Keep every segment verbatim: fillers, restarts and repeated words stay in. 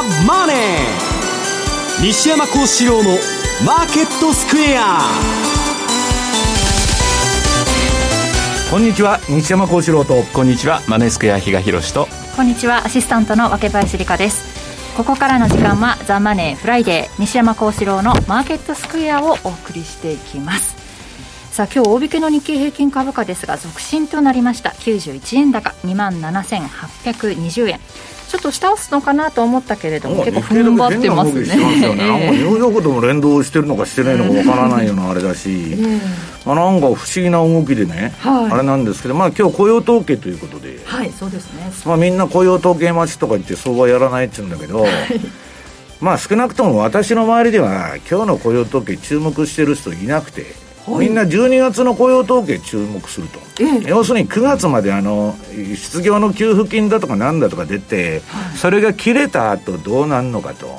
マネー。西山孝四郎のマーケットスクエア。 こんにちは、西山孝四郎と。 こんにちは、マネースクエア比嘉宏と。 こんにちは、アシスタントの若林理香です。ここからの時間はザ・マネーフライデー、西山孝四郎のマーケットスクエアをお送りしていきます。さあ、今日大引けの日経平均株価ですが続伸となりました。きゅうじゅういちえん高 にまんななせんはっぴゃくにじゅうえん。ちょっと下押すのかなと思ったけれども結構踏ん張ってますね。 すよね。なんかニューヨークとも連動してるのかしてないのかわからないようなあれだし、えーまあ、なんか不思議な動きでね、はい、あれなんですけど、まあ、今日雇用統計ということで、 はい、そうですね。 まあ、みんな雇用統計待ちとか言って相場やらないって言うんだけど、はい、まあ少なくとも私の周りでは今日の雇用統計注目してる人いなくて、はい、みんなじゅうにがつの雇用統計注目すると、ええ、要するにくがつまであの失業の給付金だとかなんだとか出て、はい、それが切れた後どうなるのかと、うん、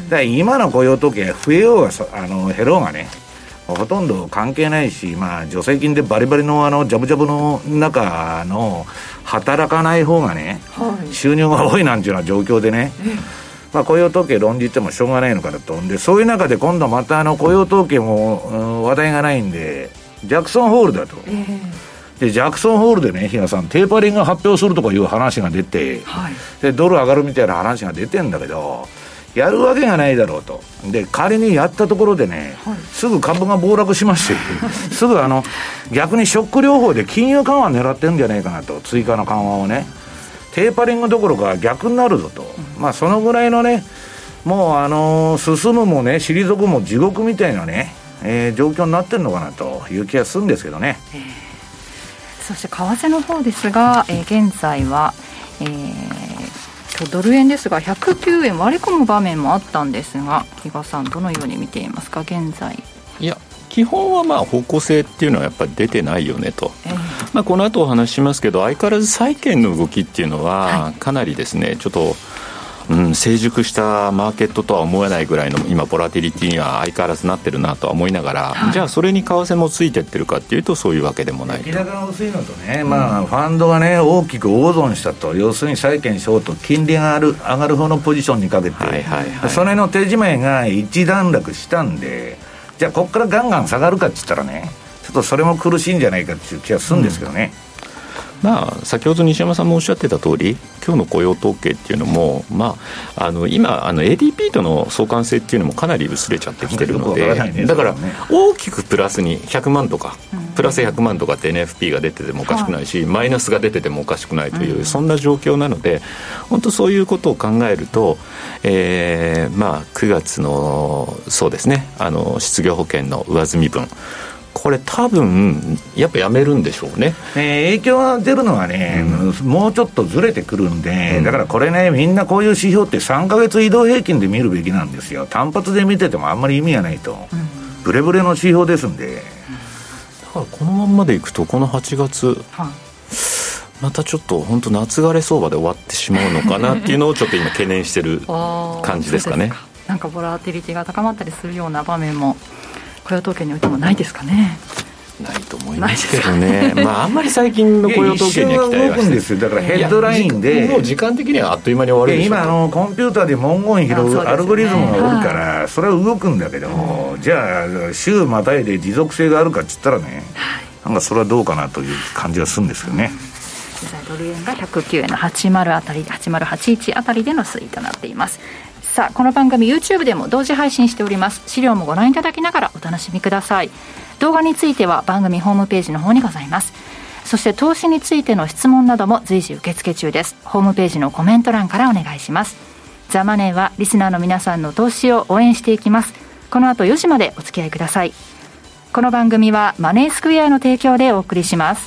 だから今の雇用統計増えようがあの減ろうがねほとんど関係ないし、まあ、助成金でバリバリのあのジャブジャブの中の働かない方がね、はい、収入が多いなんていうような状況でね、ええまあ、雇用統計論じてもしょうがないのかなと。でそういう中で今度またあの雇用統計も、うん、話題がないんでジャクソンホールだと、えー、でジャクソンホールでね比嘉さんテーパリングが発表するとかいう話が出て、はい、でドル上がるみたいな話が出てんだけどやるわけがないだろうと。で仮にやったところでね、はい、すぐ株が暴落しましてすぐあの逆にショック療法で金融緩和狙ってるんじゃないかなと。追加の緩和をねテーパリングどころか逆になるぞと、うん、まあそのぐらいのねもうあのー、進むもね退くも地獄みたいなね、えー、状況になってるのかなという気がするんですけどね、えー、そして為替の方ですが、えー、現在は、えー、ドル円ですがひゃくきゅうえん割り込む場面もあったんですが比嘉さんどのように見ていますか現在。 いや基本はまあ方向性っていうのはやっぱり出てないよねと、えーまあ、この後お話ししますけど相変わらず債券の動きっていうのはかなりですね、はい、ちょっと、うん、成熟したマーケットとは思えないぐらいの今ボラティリティには相変わらずなってるなとは思いながら、はい、じゃあそれに為替もついてってるかっていうとそういうわけでもないと。 出来高が薄いのとね、まあ、ファンドがね大きく大損したと。要するに債券ショート金利が上がる上がる方のポジションにかけて、はいはいはい、それの手締まいが一段落したんでじゃあここからガンガン下がるかって言ったらねちょっとそれも苦しいんじゃないかっていう気がするんですけどね、 うん、まあ先ほど西山さんもおっしゃってた通り今日の雇用統計っていうのも、まあ、あの今あの エーディーピー との相関性っていうのもかなり薄れちゃってきてるので、ね、だから大きくプラスにひゃくまんとか、うん、プラスひゃくまんとかって エヌエフピー が出ててもおかしくないし、はい、マイナスが出ててもおかしくないという、うん、そんな状況なので本当そういうことを考えると、えーまあ、くがつのそうですねあの失業保険の上積み分これ多分やっぱやめるんでしょうね、 えー、影響が出るのはね、うん、もうちょっとずれてくるんで、うん、だからこれねみんなこういう指標ってさんかげつ移動平均で見るべきなんですよ。単発で見ててもあんまり意味がないと、うん、ブレブレの指標ですんで、だからこのまんまでいくとこのはちがつ、うんまたちょっと本当夏枯れ相場で終わってしまうのかなっていうのをちょっと今懸念してる感じですかね。 かなんかボラティリティが高まったりするような場面も雇用統計においてもないですかね。 ないと思いますけどねまああんまり最近の雇用統計には期待はしてですよ。だからヘッドラインでもう時間的にはあっという間に終わるでしょ。 今あのコンピューターで文言拾うアルゴリズムがおるから、ね、それは動くんだけど、うん、じゃあ週またいで持続性があるかって言ったらね、はい、なんかそれはどうかなという感じがするんですけどね。 現在ドル円がひゃくきゅうえんのはちじゅうあたりはちまるはちいちあたりでの推移となっています。さあこの番組 YouTube でも同時配信しております。資料もご覧いただきながらお楽しみください。動画については番組ホームページの方にございます。そして投資についての質問なども随時受付中です。ホームページのコメント欄からお願いします。ザ・マネーはリスナーの皆さんの投資を応援していきます。この後よじまでお付き合いください。この番組はマネースクエアの提供でお送りします。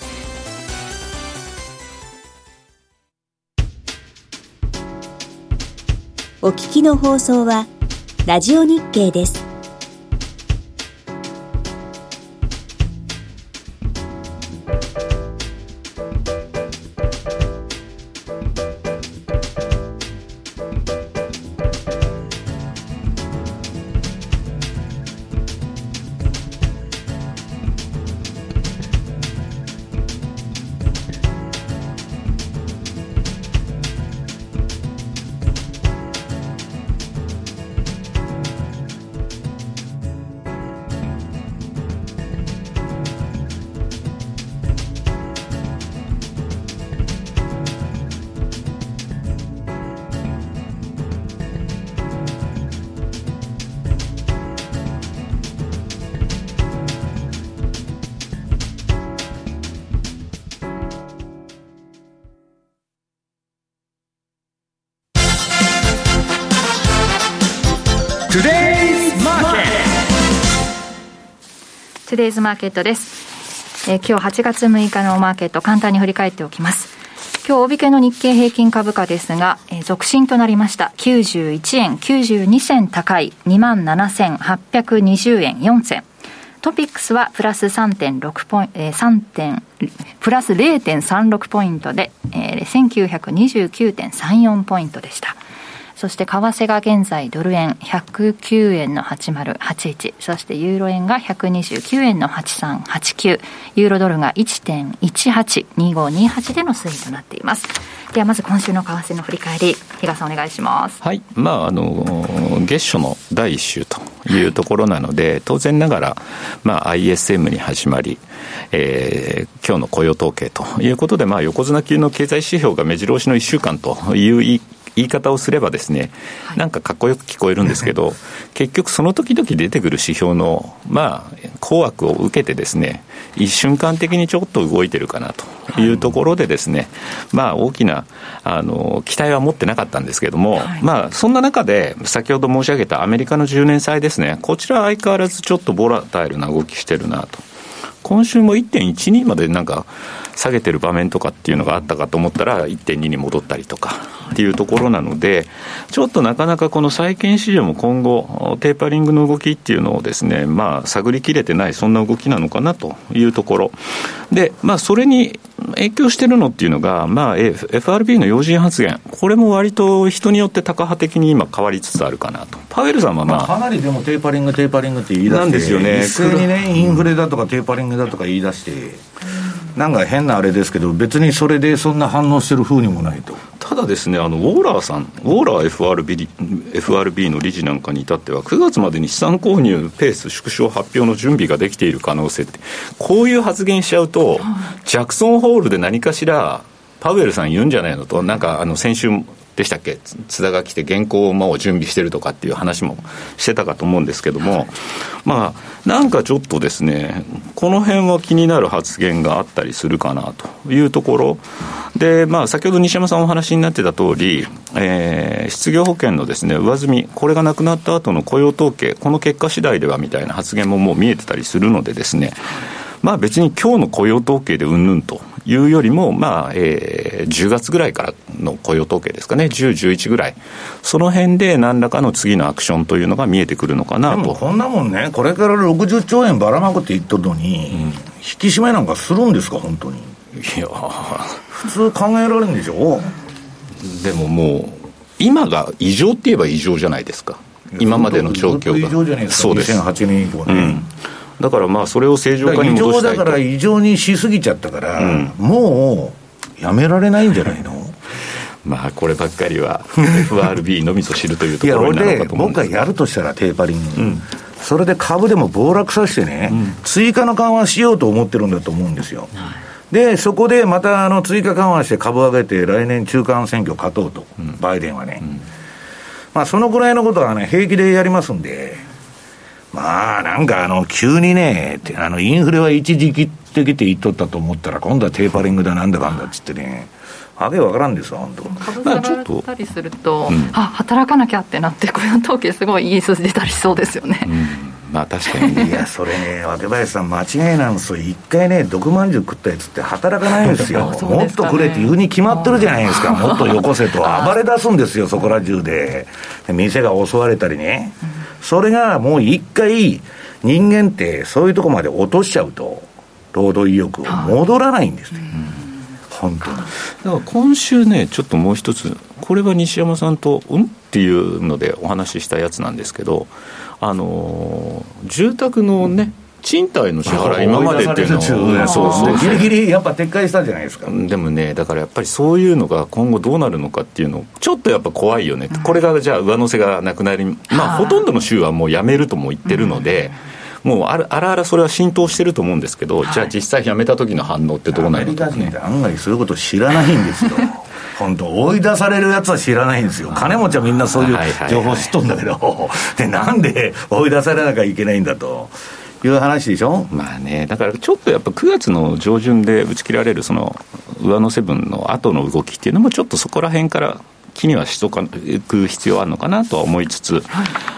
お聞きの放送はラジオ日経です。 Today's Market Today's Market です、えー、今日はちがつむいかのマーケット簡単に振り返っておきます。今日大引けの日経平均株価ですが、えー、続伸となりました。きゅうじゅういちえんきゅうじゅうにせん高い にまんななせんはっぴゃくにじゅうえんよんせん。トピックスはプラス さんてんろく ポイント、えー、さん点プラス ゼロてんさんろく ポイントで、えー、せんきゅうひゃくにじゅうきゅうてんさんよん ポイントでした。そして為替が現在ドル円ひゃくきゅうえんのはちまるはちいち、そしてユーロ円がひゃくにじゅうきゅうえんのはちさんはちきゅう、ユーロドルが いちてんいちはちにごにはち での推移となっています。ではまず今週の為替の振り返り、比嘉さんお願いします。 はい、まああの月初のだいいっ週というところなので、はい、当然ながら、まあ、アイエスエム に始まり、えー、今日の雇用統計ということで、まあ、横綱級の経済指標が目白押しのいっしゅうかんという言い言い方をすればですね、なんかかっこよく聞こえるんですけど、結局その時々出てくる指標の、まあ、公約を受けてですね、一瞬間的にちょっと動いてるかなというところでですね、まあ、大きなあの期待は持ってなかったんですけども、はい、まあ、そんな中で先ほど申し上げたアメリカのじゅうねん債ですね、こちらは相変わらずちょっとボラタイルな動きしてるなと。今週も いってんいちに までなんか下げてる場面とかっていうのがあったかと思ったら いってんに に戻ったりとかっていうところなので、ちょっとなかなかこの債券市場も今後テーパリングの動きっていうのをですね、まあ探りきれてない、そんな動きなのかなというところで、まあそれに影響してるのっていうのが、まあ エフアールビー の要人発言、これも割と人によってタカ派的に今変わりつつあるかなと。パウエルさんはまあ、 かなりでもテーパリングテーパリングって言い出して、 なんですよね、 一斉にね、インフレだとかテーパリングだとか言い出して、なんか変なあれですけど、別にそれでそんな反応してる風にもないと。 ただですね、あのウォーラーさん、ウォーラー エフアールビー, エフアールビー の理事なんかに至っては、くがつまでに資産購入ペース縮小発表の準備ができている可能性って、こういう発言しちゃうと、ジャクソンホールで何かしらパウエルさん言うんじゃないのと、なんかあの先週でしたっけ、津田が来て原稿をもう準備してるとかっていう話もしてたかと思うんですけども、はい、まあなんかちょっとですね、この辺は気になる発言があったりするかなというところで、まあ先ほど西山さんお話になってた通り、えー、失業保険のですね上積み、これがなくなった後の雇用統計、この結果次第ではみたいな発言ももう見えてたりするのでですね、まあ別に今日の雇用統計でうんぬんというよりも、まあえー、じゅうがつぐらいからの雇用統計ですかね、じゅう、じゅういちぐらい、その辺で何らかの次のアクションというのが見えてくるのかなと。 でもこんなもんね、これからろくじゅっちょうえんばらまくって言っとるのに、うん、引き締めなんかするんですか本当に。 いや普通考えられるんでしょ。 でももう今が異常って言えば異常じゃないですか、今までの状況が。 異常じゃないですか。そうです、にせんはちねん以降ね、うん、 だからまあそれを正常化に戻したいと。 異常だから異常にしすぎちゃったから、うん、もうやめられないんじゃないのまあこればっかりは エフアールビー のみぞ知るというところになるかと思うんですけど、 僕がやるとしたらテーパリング、うん、それで株でも暴落させてね、うん、追加の緩和しようと思ってるんだと思うんですよ、うん、でそこでまたあの追加緩和して株上げて来年中間選挙勝とうと、うん、バイデンはね、うん、まあそのぐらいのことはね平気でやりますんで、まあなんかあの急にね、あのインフレは一時期的って言っとったと思ったら今度はテーパリングだなんだかんだっつってね、わけわからんですよ本当。 株下がったりすると、うん、あ働かなきゃってなって雇用統計すごいいい数字出たりしそうですよね、うん、 まあ確かにいやそれね若林さん間違いなんですよ。一回ね毒まんじゅう食ったやつって働かないんですよす、ね、もっとくれって言うに決まってるじゃないですか。もっとよこせと暴れ出すんですよそこら中で。店が襲われたりね、うん、それがもう一回人間ってそういうとこまで落としちゃうと労働意欲を戻らないんですね、うん、本当に。だから今週ねちょっともう一つ、これは西山さんとうんっていうのでお話ししたやつなんですけど、あのー、住宅のね賃貸の支払い今までっていうのをそうですねギリギリやっぱ撤回したじゃないですか。 でもねだからやっぱりそういうのが今後どうなるのかっていうのちょっとやっぱ怖いよね、うん、これがじゃあ上乗せがなくなり、まあほとんどの州はもうやめるとも言ってるので、うん、もうあらあらあらそれは浸透してると思うんですけど、はい、じゃあ実際やめた時の反応ってどうなるのか、ね、アメリカ人って案外そういうこと知らないんですよ本当追い出されるやつは知らないんですよ。金持ちはみんなそういう情報知っとんだけど、はいはいはい、でなんで追い出されなきゃいけないんだという話でしょ。 まあね、だからちょっとやっぱくがつの上旬で打ち切られるその上乗せ分の後の動きっていうのもちょっとそこら辺から気にはしとく必要あるのかなとは思いつつ、はい、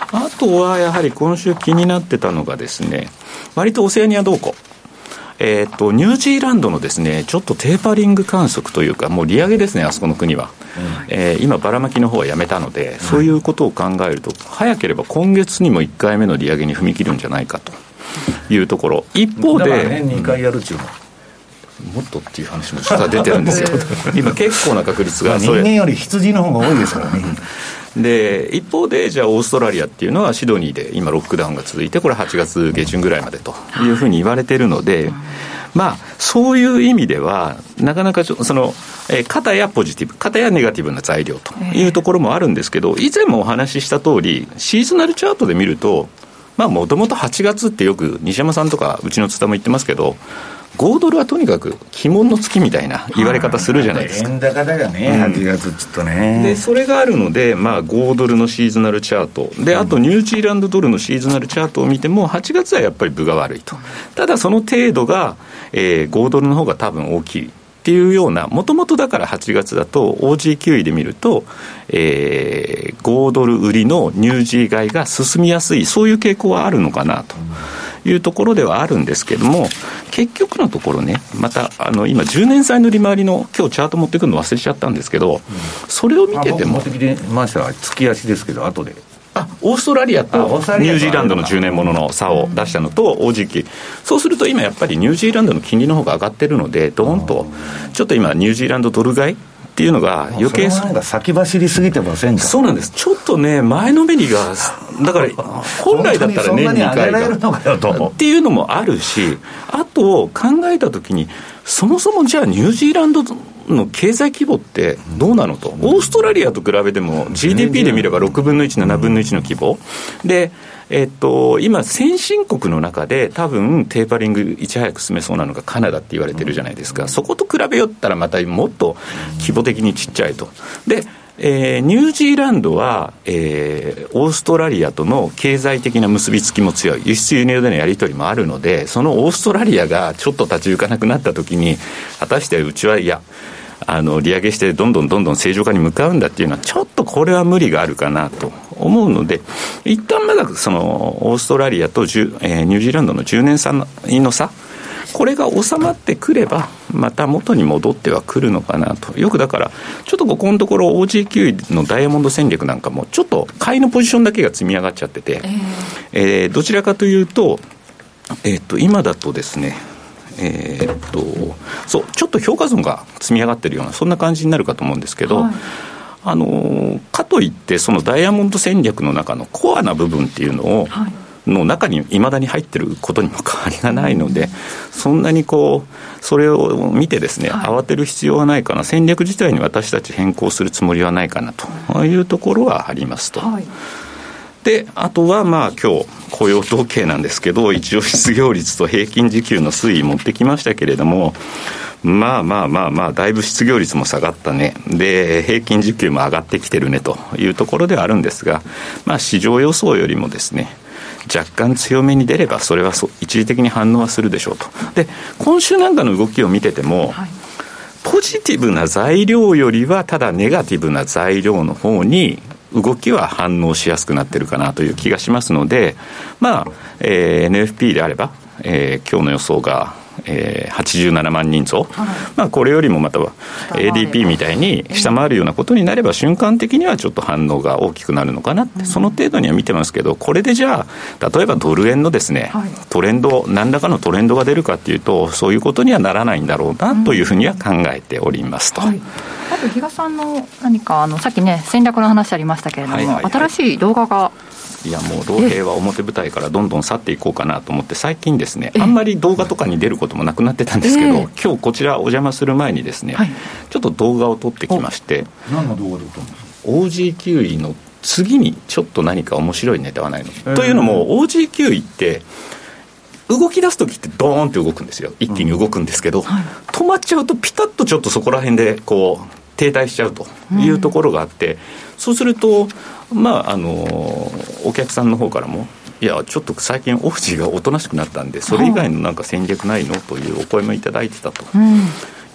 あとはやはり今週気になってたのがですね、割とオセアニア動向、えー、とニュージーランドのですねちょっとテーパリング観測というか、もう利上げですね、あそこの国は、うんえー、今ばらまきの方はやめたので、うん、そういうことを考えると早ければ今月にもいっかいめの利上げに踏み切るんじゃないかというところ、一方でだから年にかいやるっていうの、 うん、もっとっていう話も実は出てるんですよ今結構な確率が人間より羊の方が多いですからねで一方でじゃあオーストラリアっていうのはシドニーで今ロックダウンが続いて、これはちがつ下旬ぐらいまでというふうに言われているので、まあそういう意味ではなかなかその、えー、片やポジティブ片やネガティブな材料というところもあるんですけど、以前もお話しした通りシーズナルチャートで見ると、まあもともとはちがつってよく西山さんとかうちの津田も言ってますけど、ごドルはとにかく鬼門の月みたいな言われ方するじゃないですか。 円高だよね、うん、はちがつちょっとね。 でそれがあるので、まあ、ごドルのシーズナルチャートで、あとニュージーランドドルのシーズナルチャートを見てもはちがつはやっぱり分が悪いと。ただその程度が、えー、ごドルの方が多分大きいっていうような、もともとだからはちがつだと オージーキューイー で見ると、えー、ごドル売りのニュージー買いが進みやすい、そういう傾向はあるのかなというところではあるんですけども、結局のところね、またあの今じゅうねん債の利回りの今日チャート持ってくるの忘れちゃったんですけど、うん、それを見てても持ってきてました、月足ですけど後であオーストラリアとニュージーランドのじゅうねんものの差を出したのと オージーキューイー、そうすると今やっぱりニュージーランドの金利の方が上がってるので、ドーンとちょっと今ニュージーランドドル買いっていうのが余計、 それなんか先走りすぎてませんか。 そうなんです、ちょっとね前のめりがだから本来だったら年にかいがっていうのもあるし、あと考えたときにそもそもじゃあニュージーランドの経済規模ってどうなのと、オーストラリアと比べても ジーディーピー で見ればろくぶんのいち、ななぶんのいちの規模で、えっと、今先進国の中で多分テーパリングいち早く進めそうなのがカナダって言われてるじゃないですか。そこと比べよったらまたもっと規模的にちっちゃいと。でえー、ニュージーランドは、えー、オーストラリアとの経済的な結びつきも強い、輸出輸入でのやり取りもあるので、そのオーストラリアがちょっと立ち行かなくなったときに、果たしてうちはいやあの利上げしてどんどんどんどん正常化に向かうんだっていうのはちょっとこれは無理があるかなと思うので、一旦まだそのオーストラリアと、えー、ニュージーランドのじゅうねん債の差、これが収まってくればまた元に戻ってはくるのかなと。よくだからちょっとここのところ オージーキューイー のダイヤモンド戦略なんかもちょっと買いのポジションだけが積み上がっちゃってて、えーえー、どちらかというと、えー、と今だとですね、えー、っとそうちょっと評価損が積み上がってるようなそんな感じになるかと思うんですけど、はい、あのかといってそのダイヤモンド戦略の中のコアな部分っていうのを、はいの中に未だに入ってることにも変わりがないので、そんなにこうそれを見てですね、はい、慌てる必要はないかな、戦略自体に私たち変更するつもりはないかなというところはありますと、はい、であとはまあ今日雇用統計なんですけど、一応失業率と平均時給の推移持ってきましたけれども、まあまあまあまあだいぶ失業率も下がったね、で平均時給も上がってきてるねというところではあるんですが、まあ市場予想よりもですね若干強めに出ればそれはそ一時的に反応はするでしょうと。で今週なんかの動きを見てても、はい、ポジティブな材料よりはただネガティブな材料の方に動きは反応しやすくなってるかなという気がしますので、まあ、えー、エヌエフピー であれば、えー、今日の予想がえー、はちじゅうななまんにん増、はい、まあ、これよりもまたは エーディーピー みたいに下回るようなことになれば瞬間的にはちょっと反応が大きくなるのかなって、うん、その程度には見てますけど、これでじゃあ例えばドル円のですね、はい、トレンド何らかのトレンドが出るかっていうとそういうことにはならないんだろうなというふうには考えておりますと、うん、はい、 あと比嘉さんの何かあのさっきね戦略の話ありましたけれども、はいはいはい、新しい動画がいやもう老兵は表舞台からどんどん去っていこうかなと思って最近ですねあんまり動画とかに出ることもなくなってたんですけど、えー、今日こちらお邪魔する前にですね、はい、ちょっと動画を撮ってきまして、 何の動画で撮ったんですか。 オージーキューイー の次にちょっと何か面白いネタはないの、えー、というのも オージーキューイー って動き出すときってドーンって動くんですよ、一気に動くんですけど、うん、はい、止まっちゃうとピタッとちょっとそこら辺でこう停滞しちゃうというところがあって、うん、そうするとまああのお客さんの方からもいやちょっと最近オージーがおとなしくなったんでそれ以外のなんか戦略ないのというお声もいただいてたと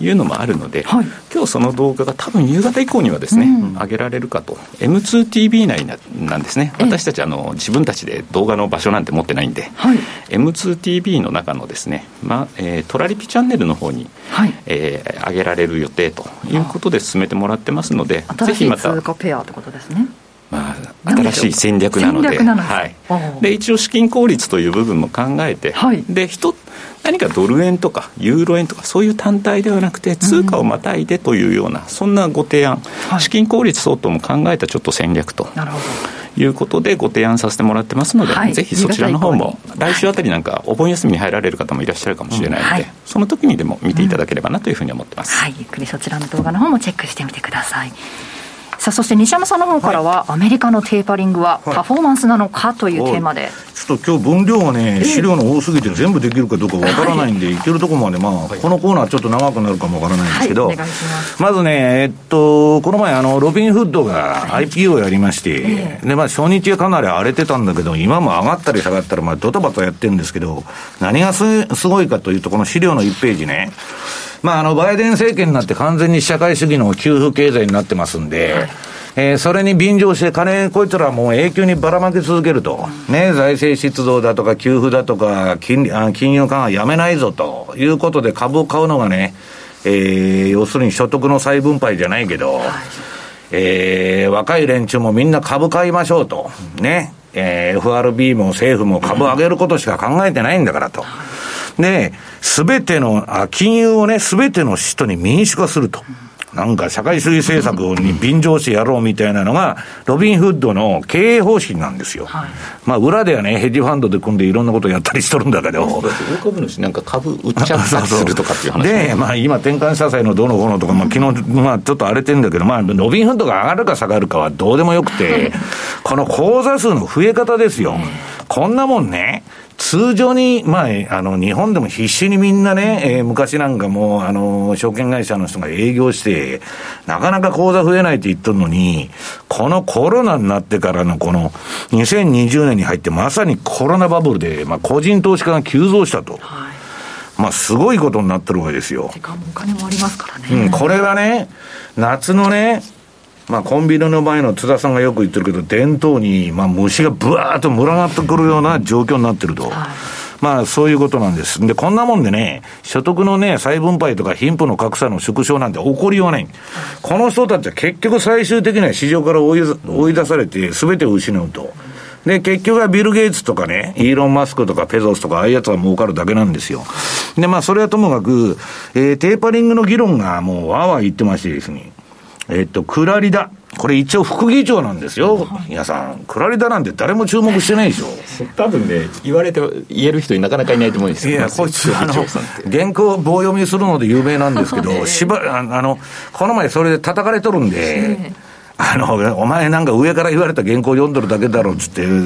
いうのもあるので、 はい、 今日その動画が多分夕方以降にはですね、うん、上げられるかと。 エムツーティービー 内なんですね。私たちあの自分たちで動画の場所なんて持ってないんで、はい、エムツーティービー の中のですね、まえー、トラリピチャンネルの方に、はいえー、上げられる予定ということで進めてもらってますので、ぜひまた新しい通貨ペアってことですね。 まあ、新しい戦略なので、はい、で一応資金効率という部分も考えて、はい、で人何かドル円とかユーロ円とかそういう単体ではなくて通貨をまたいでというような、うん、そんなご提案、はい、資金効率相当も考えたちょっと戦略ということでご提案させてもらってますので、はい、ぜひそちらの方も来週あたりなんかお盆休みに入られる方もいらっしゃるかもしれないので、はい、その時にでも見ていただければなというふうに思ってます、 うんはい、ゆっくりそちらの動画の方もチェックしてみてください。さあそして西山さんの方からは、はい、アメリカのテーパリングはパフォーマンスなのかというテーマで、はい、 ちょっと今日分量がね資料の多すぎて全部できるかどうかわからないんで、はい、いけるところまで、まあはい、このコーナーちょっと長くなるかもわからないんですけど、はい、お願いします。まずね、えっと、この前あのロビンフッドが アイピーオー やりまして、はい、でまあ、初日はかなり荒れてたんだけど、今も上がったり下がったり、まあ、ドタバタやってるんですけど、何が す, すごいかというと、この資料のいちページね、まあ、あのバイデン政権になって完全に社会主義の給付経済になってますんで、はい、えー、それに便乗して金こいつらはもう永久にばらまき続けると、ね、財政出動だとか給付だとか 金, あ金融緩和やめないぞということで株を買うのがね、えー、要するに所得の再分配じゃないけど、えー、若い連中もみんな株買いましょうとね、えー、エフアールビー も政府も株上げることしか考えてないんだからと。で、すべてのあ金融をね、すべての人に民主化すると。なんか社会主義政策に便乗してやろうみたいなのがロビンフッドの経営方針なんですよ、はい、まあ裏ではねヘッジファンドで組んでいろんなことをやったりしとるんだけど、 大株主なんか株売っちゃったりするとかっていう話で、まあ今転換社債のどのこのとか、まあ昨日まあちょっと荒れてるんだけど、まあロビンフッドが上がるか下がるかはどうでもよくてこの口座数の増え方ですよ。こんなもんね、通常に、まあ、あの、日本でも必死にみんなね、えー、昔なんかもう、あの、証券会社の人が営業して、なかなか口座増えないって言っとるのに、このコロナになってからのこの、にせんにじゅうねんに入ってまさにコロナバブルで、まあ、個人投資家が急増したと。はい、まあ、すごいことになってるわけですよ。 時間もお金もありますからね。 うん、これはね、夏のね、まあ、コンビニの前の津田さんがよく言ってるけど、伝統に、まあ、虫がブワーッと群がってくるような状況になってると。はい、まあ、そういうことなんです。で、こんなもんでね、所得のね、再分配とか貧富の格差の縮小なんて起こりようがない。この人たちは結局最終的には市場から追い、追い出されて全てを失うと。で、結局はビル・ゲイツとかね、イーロン・マスクとかペゾスとか、ああいうやつは儲かるだけなんですよ。で、まあ、それはともかく、えー、テーパリングの議論がもうわーわー言ってましてですね、えっと、クラリダ。これ一応副議長なんですよ。皆さん、クラリダなんて誰も注目してないでしょ。 多分ね、言われて、言える人なかなかいないと思うんですよ。 いや、こいつ、あの、原稿棒読みするので有名なんですけど、しば、あの、この前それで叩かれとるんで、あの、お前なんか上から言われた原稿読んどるだけだろうっつって、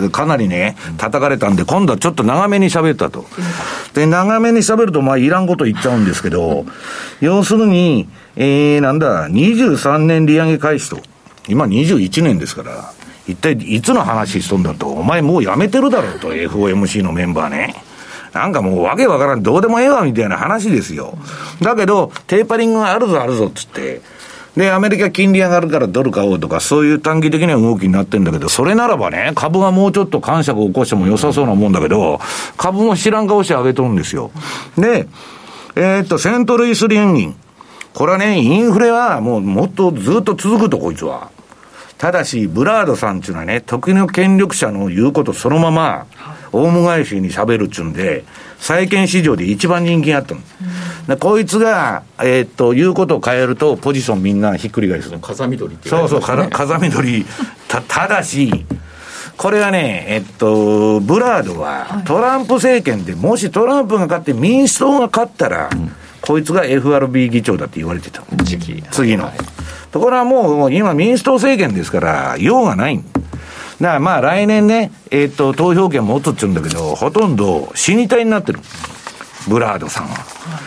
かなりね、叩かれたんで、今度はちょっと長めに喋ったと。で、長めに喋ると、まあ、いらんこと言っちゃうんですけど、要するに、えー、なんだ、にじゅうさんねん利上げ開始と。今にじゅういちねんですから、一体いつの話しとんだと、お前もうやめてるだろうと、エフオーエムシー のメンバーね。なんかもうわけわからん、どうでもええわみたいな話ですよ。だけど、テーパリングがあるぞあるぞっつって、で、アメリカ金利上がるからドル買おうとか、そういう短期的な動きになってんだけど、それならばね、株がもうちょっと感触を起こしても良さそうなもんだけど、株も知らん顔して上げとるんですよ。で、えー、っと、セントルイス連銀。これはね、インフレはもうもっとずっと続くと、こいつは。ただし、ブラードさんっていうのはね、時の権力者の言うことそのまま、オウム返しに喋るっちゅうんで、債券市場で一番人気があったの。うん、でこいつが、えー、っと、言うことを変えると、ポジションみんなひっくり返す。 風見鶏って言われますね。 そうそう、風見鶏。た、ただし、これはね、えっと、ブラードは、トランプ政権で、もしトランプが勝って民主党が勝ったら、うん、こいつが エフアールビー 議長だって言われてた。 時期。 次の。はい、ところがもう、今民主党政権ですから、用がない。だからまあ来年ね、えっと、投票権持つっちゅうんだけど、ほとんど死に体になってる。ブラードさんは。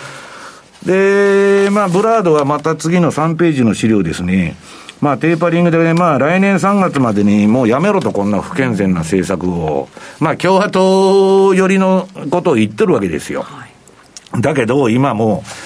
で、まあ、ブラードはまた次のさんページの資料ですね。まあ、テーパリングでね、まあ、来年さんがつまでにもうやめろと、こんな不健全な政策を。まあ、共和党寄りのことを言ってるわけですよ。だけど、今もう、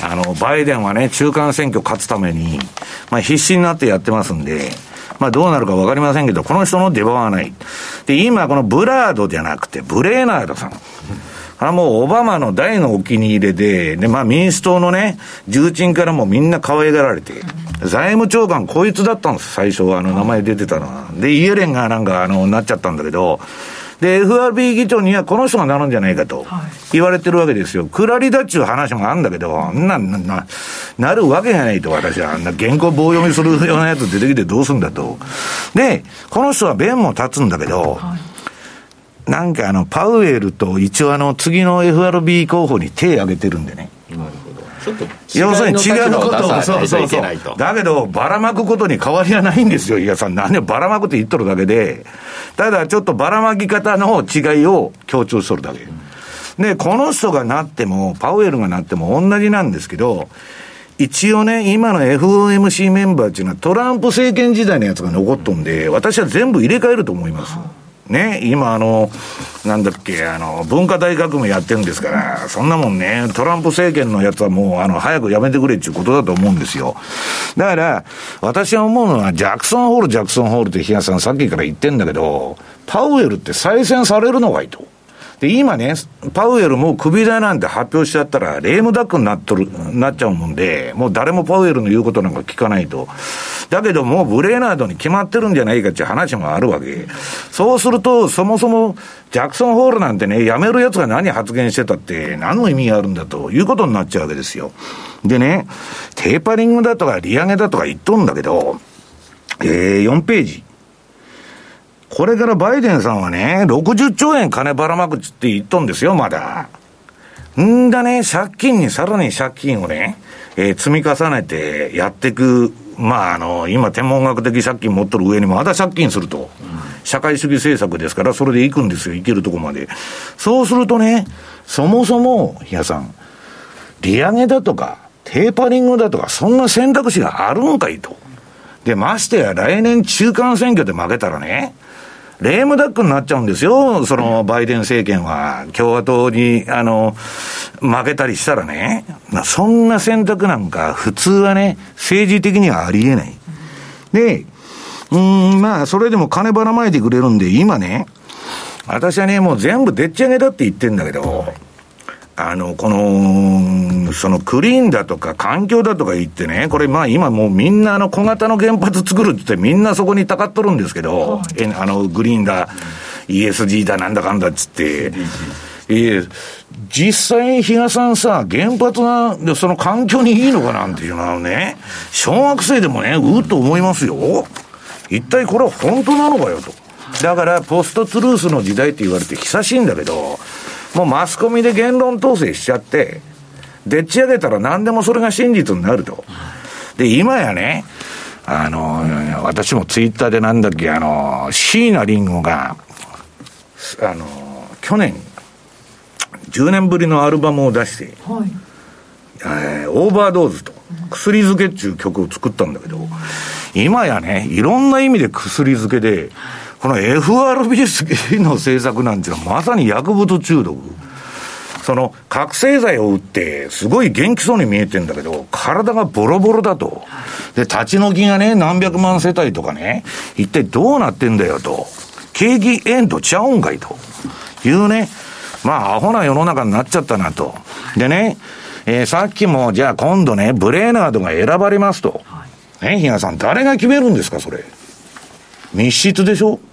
あのバイデンはね中間選挙勝つために、まあ、必死になってやってますんで、まあ、どうなるか分かりませんけど、この人の出番はない。で今このブラードじゃなくてブレーナードさん、あもうオバマの大のお気に入りで、で、まあ民主党のね、重鎮からもみんな可愛がられて、財務長官こいつだったんです、最初はあの名前出てたのは。で、イエレンがなんかあの、なっちゃったんだけど、で、エフアールビー 議長にはこの人がなるんじゃないかと言われてるわけですよ。クラリだっちゅう話もあるんだけど、な、な、な、なるわけがないと、私は。あんな原稿棒読みするようなやつ出てきてどうすんだと。で、この人は弁も立つんだけど、なんかあの、パウエルと一応あの、次の エフアールビー 候補に手を挙げてるんでね。なるほど。ちょっと要するに違うことを、そうそうそう。だけど、ばらまくことに変わりはないんですよ、伊賀さん。なんでばらまくって言っとるだけで。ただ、ちょっとばらまき方の違いを強調しとるだけ。うん、で、この人がなっても、パウエルがなっても同じなんですけど、一応ね、今の エフオーエムシー メンバーっていうのはトランプ政権時代のやつが残っとんで、私は全部入れ替えると思います。ね、今あの、なんだっけ、あの、文化大革命やってるんですから、そんなもんね、トランプ政権のやつはもう、あの、早くやめてくれっていうことだと思うんですよ。だから、私は思うのは、ジャクソンホール、ジャクソンホールって日嘉さんさっきから言ってんだけど、パウエルって再選されるのがいいと。で、今ね、パウエルもう首だなんて発表しちゃったら、レームダックになっとる、なっちゃうもんで、もう誰もパウエルの言うことなんか聞かないと。だけどもうブレーナードに決まってるんじゃないかっていう話もあるわけ。そうすると、そもそも、ジャクソンホールなんてね、辞める奴が何発言してたって、何の意味があるんだということになっちゃうわけですよ。でね、テーパリングだとか利上げだとか言っとんだけど、えー、よんページ。これからバイデンさんはね、ろくじゅっちょうえん金ばらまくって言っとんですよ、まだ。んだね、借金にさらに借金をね、えー、積み重ねてやっていく。まあ、あの、今天文学的借金持っとる上にまだ借金すると。うん、社会主義政策ですから、それで行くんですよ、行けるとこまで。そうするとね、そもそも、比嘉さん、利上げだとか、テーパリングだとか、そんな選択肢があるんかいと。で、ましてや来年中間選挙で負けたらね、レームダックになっちゃうんですよ。そのバイデン政権は共和党にあの負けたりしたらね、そんな選択なんか普通はね政治的にはありえない。で、うーんまあそれでも金ばらまいてくれるんで今ね、私はねもう全部でっち上げだって言ってんだけど、あのこのそのクリーンだとか環境だとか言ってね、これまあ今もうみんなあの小型の原発作るって言ってみんなそこにたかっとるんですけど、はい、あのグリーンだ イーエスジー だなんだかんだっつって、えー、実際比嘉さんさ原発がその環境にいいのかなんていうのはね、小学生でもねうっと思いますよ。一体これは本当なのかよと。だからポストトゥルースの時代って言われて久しいんだけど、もうマスコミで言論統制しちゃってでっち上げたら何でもそれが真実になると。で今やね、あの私もツイッターでなんだっけ、あの椎名林檎があの去年じゅうねんぶりのアルバムを出して、はい、えー、オーバードーズと薬漬けっていう曲を作ったんだけど、今やねいろんな意味で薬漬けで、この エフアールビー の政策なんていうのはまさに薬物中毒。その覚醒剤を打ってすごい元気そうに見えてんだけど体がボロボロだと。で立ち退きがね何百万世帯とかね、一体どうなってんだよと。景気ええんとちゃうんかいというね、まあアホな世の中になっちゃったなと。でね、えー、さっきもじゃあ今度ねブレーナードが選ばれますと、ね、比嘉さん誰が決めるんですかそれ。密室でしょ。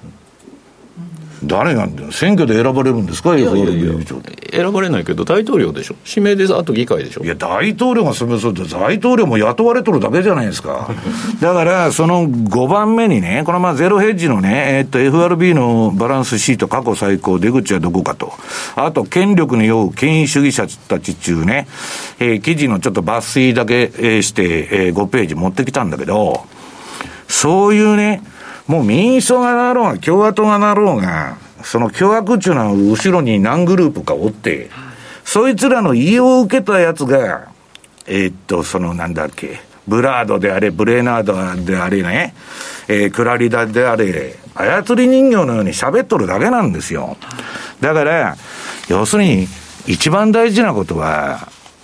誰が選挙で選ばれるんですか。いやいやいや選ばれないけど大統領でしょ、指名であと議会でしょ。 いや大統領が指名すると大統領も雇われとるだけじゃないですかだからそのごばんめにね、このまあゼロヘッジのね、えー、っと エフアールビー のバランスシート過去最高、出口はどこかと、あと権力に酔う権威主義者たち中ね、えー、記事のちょっと抜粋だけ、えー、して、えー、ごページ持ってきたんだけど、そういうねもう民主党がなろうが共和党がなろうが、その巨悪っていうのは後ろに何グループかおって、そいつらの家を受けたやつが、えー、っと、そのなんだっけ、ブラードであれ、ブレーナードであれね、えー、クラリダであれ、操り人形のように喋っとるだけなんですよ。だから、要するに一番大事なことは、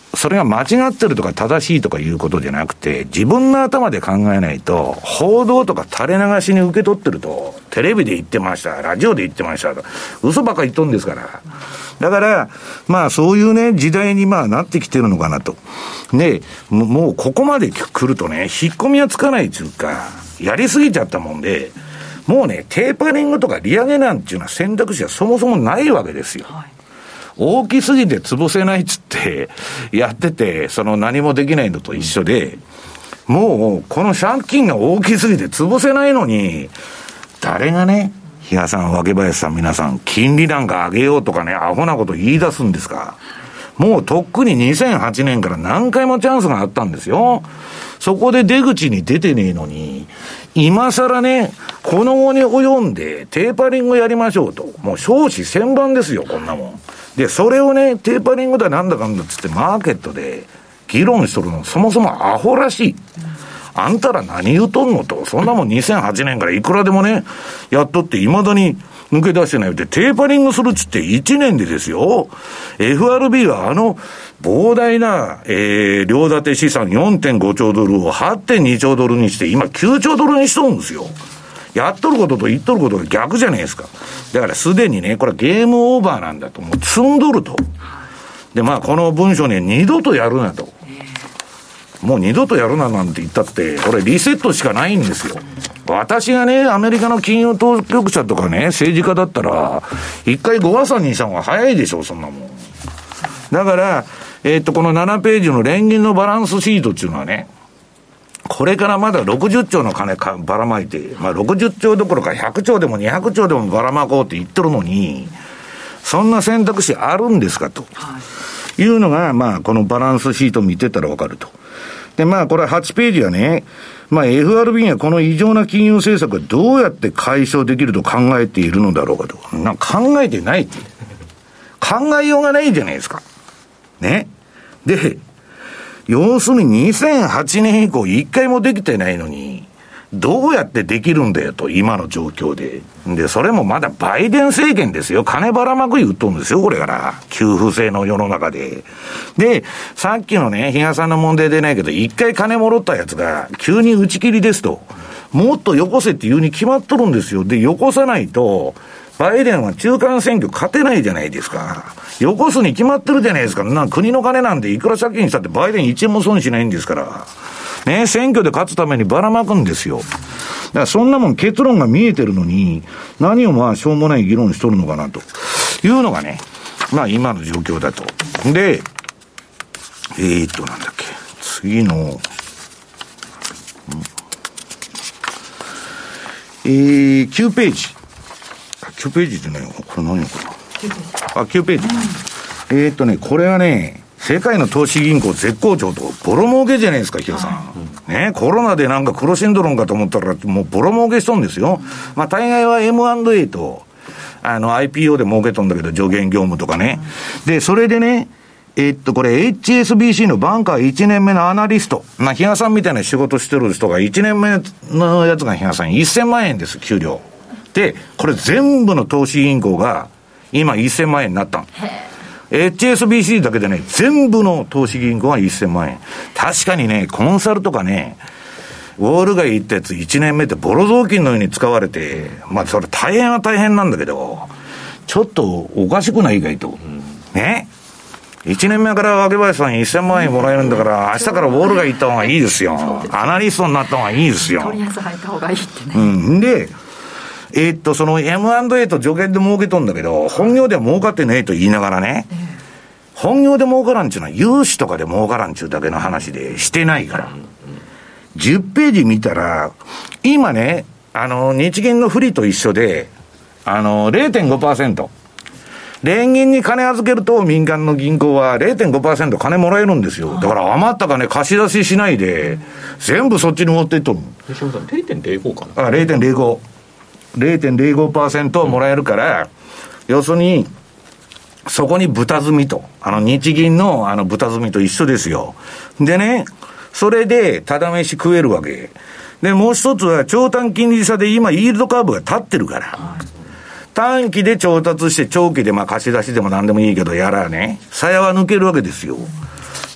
それが間違ってるとか正しいとかいうことじゃなくて、自分の頭で考えないと、報道とか垂れ流しに受け取ってると、テレビで言ってました、ラジオで言ってましたと、嘘ばっか言っとるんですから。だから、まあそういうね、時代にまあなってきてるのかなと。で、もうここまで来るとね、引っ込みはつかないっていうか、やりすぎちゃったもんで、もうね、テーパリングとか利上げなんていうのは選択肢はそもそもないわけですよ。はい、大きすぎて潰せないっつってやってて、その何もできないのと一緒で、もうこの借金が大きすぎて潰せないのに、誰がね、比嘉さん、若林さん、皆さん、金利なんか上げようとかね、アホなこと言い出すんですか。もうとっくににせんはちねんから何回もチャンスがあったんですよ。そこで出口に出てねえのに、今更ね、この後に及んでテーパリングやりましょうと。もう少子千万ですよ、こんなもん。で、それをね、テーパリングだなんだかんだっつってマーケットで議論しとるの、そもそもアホらしい。あんたら何言うとんのと。そんなもんにせんはちねんからいくらでもね、やっとって未だに抜け出してないで、テーパリングするっつっていちねんでですよ。エフアールビー はあの膨大な、えー、両立て資産 よんてんごちょうドルを はってんにちょうドルにして、今きゅうちょうドルにしとるんですよ。やっとることと言っとることが逆じゃないですか。だからすでにね、これはゲームオーバーなんだと。もう積んどると。で、まあこの文書に二度とやるなと。もう二度とやるななんて言ったって、これリセットしかないんですよ。私がね、アメリカの金融当局者とかね、政治家だったら、一回ご破産にした方が早いでしょ、そんなもん。だから、えー、っと、このななページの連銀のバランスシートっていうのはね、これからまだろくじゅっちょうの金かばらまいて、まあろくじゅっちょうどころかひゃくちょうでもにひゃくちょうでもばらまこうって言ってるのに、そんな選択肢あるんですかと。いうのが、まあこのバランスシート見てたらわかると。で、まあこれはちページはね、まあ エフアールビー がこの異常な金融政策をどうやって解消できると考えているのだろうかと。なんか考えてないって。考えようがないじゃないですか。ね。で、要するににせんはちねん以降一回もできてないのに、どうやってできるんだよと、今の状況で。で、それもまだバイデン政権ですよ。金ばらまく言っとるんですよ、これから。給付制の世の中で。で、さっきのね、比嘉さんの問題でないけど、一回金もろったやつが、急に打ち切りですと。もっとよこせって言うに決まっとるんですよ。で、よこさないと、バイデンは中間選挙勝てないじゃないですか。よこすに決まってるじゃないですか。な、国の金なんでいくら借金したってバイデンいちえんも損しないんですから。ね、選挙で勝つためにばらまくんですよ。だからそんなもん結論が見えてるのに、何をまあしょうもない議論しとるのかなというのがね、まあ今の状況だと。で、えー、っとなんだっけ、次の、んえー、きゅうページ。きゅうページってね、これ何やこれ。あ、きゅうページ。うん、えー、っとね、これはね、世界の投資銀行絶好調と、ボロ儲けじゃないですか、ヒロさん。うん、ね、コロナでなんか苦しんどるんかと思ったら、もうボロ儲けしとんですよ。まあ、大概は エムアンドエー と、あの、アイピーオー で儲けとんだけど、助言業務とかね。で、それでね、えー、っと、これ エイチエスビーシー のバンカーいちねんめのアナリスト。まあ、比嘉さんみたいな仕事してる人がいちねんめのやつが比嘉さんせんまんえんです、給料。で、これ全部の投資銀行が今せんまんえんになったの。エイチエスビーシー だけでね、全部の投資銀行がせんまんえん。確かにね、コンサルとかね、ウォール街行ったやついちねんめってボロ雑巾のように使われて、まあそれ大変は大変なんだけど、ちょっとおかしくない意外と。ね。いちねんめから若林さんせんまんえんもらえるんだから、明日からウォール街行った方がいいですよ。アナリストになった方がいいですよ。 とりあえず入った方がいいってね。 うん。で、えー、っと、その エムアンドエー と助言で儲けとんだけど、本業では儲かってねえと言いながらね、えー、本業で儲からんちゅうのは融資とかで儲からんちゅうだけの話でしてないから。じゅっページ見たら、今ね、あの、日銀の不利と一緒で、あの、れいてんごパーセント。連銀に金預けると民間の銀行は れいてんごパーセント 金もらえるんですよ。だから余った金貸し出ししないで、全部そっちに持っていっとる。 西山さん れいてんぜろご かな。 あ、れいてんぜろご。れいてんぜろごパーセント もらえるから、うん、要するに、そこに豚積みと、あの日銀のあの豚積みと一緒ですよ。でね、それでただ飯食えるわけ。で、もう一つは長短金利差で今イールドカーブが立ってるから、うん、短期で調達して長期でまあ貸し出しでも何でもいいけどやらね、鞘は抜けるわけですよ。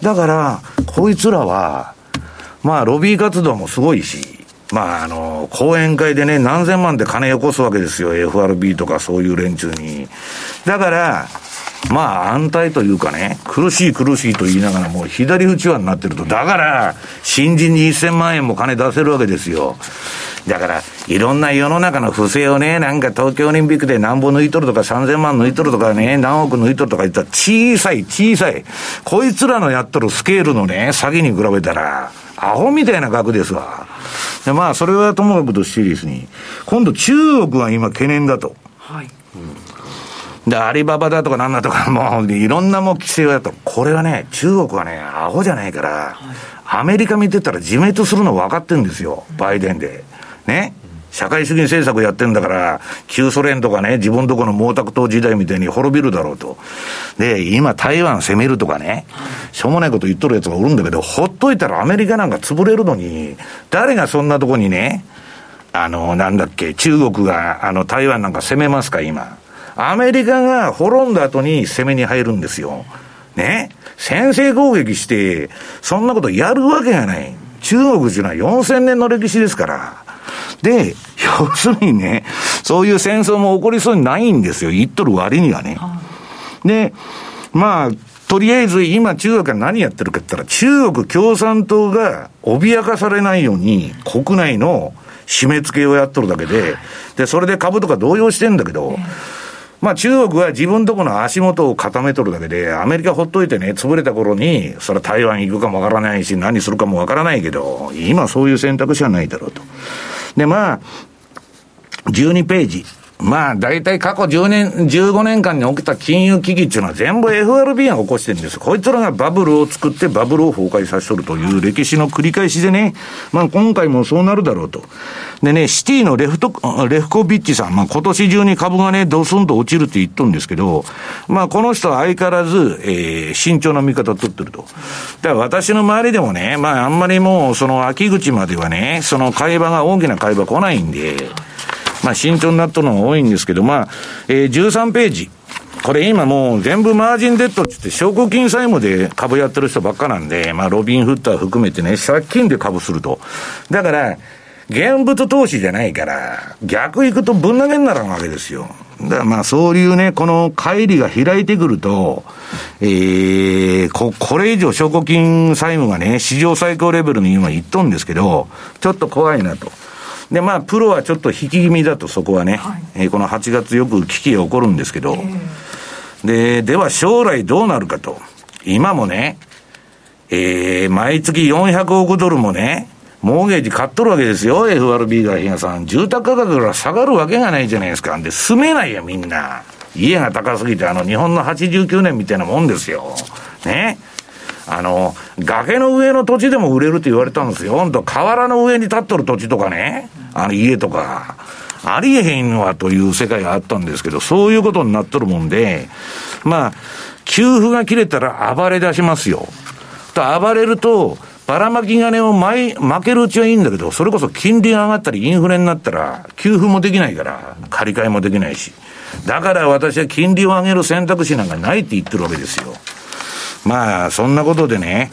だからこいつらはまあロビー活動もすごいし、まああの講演会でね何千万で金よこすわけですよ、 エフアールビー とかそういう連中に。だからまあ安泰というかね、苦しい苦しいと言いながらもう左打ち輪になってると、だから新人にせんまんえんも金出せるわけですよ。だからいろんな世の中の不正をね、なんか東京オリンピックで何本抜いとるとかさんぜんまん抜いとるとかね、何億抜いとるとか言ったら小さい小さい、こいつらのやっとるスケールのね詐欺に比べたらアホみたいな額ですわ。でまあそれはともかくとしてですね、今度中国が今懸念だと、はい、うん、でアリババだとかなんだとかもういろんなもう規制をやった。これはね中国はねアホじゃないから、はい、アメリカ見てたら自滅するの分かってるんですよ、バイデンでね、社会主義政策やってんだから旧ソ連とかね自分とこの毛沢東時代みたいに滅びるだろうと。で今台湾攻めるとかねしょうもないこと言っとるやつがおるんだけど、ほっといたらアメリカなんか潰れるのに、誰がそんなとこにねあのなんだっけ中国があの台湾なんか攻めますか。今アメリカが滅んだ後に攻めに入るんですよね。先制攻撃してそんなことやるわけがない。中国っていうのはよんせんねんの歴史ですから。で要するにねそういう戦争も起こりそうにないんですよ、言っとる割にはね。でまあとりあえず今中国が何やってるかって言ったら、中国共産党が脅かされないように国内の締め付けをやっとるだけで、でそれで株とか動揺してんだけど、まあ中国は自分とこの足元を固めとるだけで、アメリカほっといてね潰れた頃にそれは台湾行くかもわからないし何するかもわからないけど、今そういう選択肢はないだろうと。でまあじゅうにページ、まあ大体過去じゅうねんじゅうごねんかんに起きた金融危機っていうのは全部 エフアールビー が起こしてるんです。こいつらがバブルを作ってバブルを崩壊させとるという歴史の繰り返しでね、まあ今回もそうなるだろうと。でね、シティのレフトレフコビッチさん、まあ今年中に株がねドスンと落ちるって言っとるんですけど、まあこの人は相変わらず、えー、慎重な見方を取ってると。だから私の周りでもね、まああんまりもうその秋口まではねその買い場が大きな買い場来ないんで、まあ慎重になったのが多いんですけど、まあ、えー、じゅうさんページ。これ今もう全部マージンデッドって言って証拠金債務で株やってる人ばっかなんで、まあロビンフッター含めてね、借金で株すると。だから、現物投資じゃないから、逆行くとぶん投げにならんわけですよ。だからまあそういうね、この乖離が開いてくると、えー、こ、これ以上証拠金債務がね、史上最高レベルに今言っとんですけど、ちょっと怖いなと。でまあプロはちょっと引き気味だと、そこはね、はい、えー、このはちがつよく危機が起こるんですけど、ででは将来どうなるかと。今もね、えー、毎月よんひゃくおくドルもねモーゲージ買っとるわけですよ エフアールビー が。比嘉さん、住宅価格が下がるわけがないじゃないですか。で住めないよみんな、家が高すぎて、あの日本のはちじゅうきゅうねんみたいなもんですよね。あの崖の上の土地でも売れると言われたんですよ。本当河原の上に立っとる土地とかね、あの家とかありえへんわという世界があったんですけど、そういうことになっとるもんで、まあ給付が切れたら暴れ出しますよと。暴れるとばらまき金を負けるうちはいいんだけど、それこそ金利が上がったりインフレになったら給付もできないから、借り換えもできないし、だから私は金利を上げる選択肢なんかないって言ってるわけですよ。まあそんなことでね、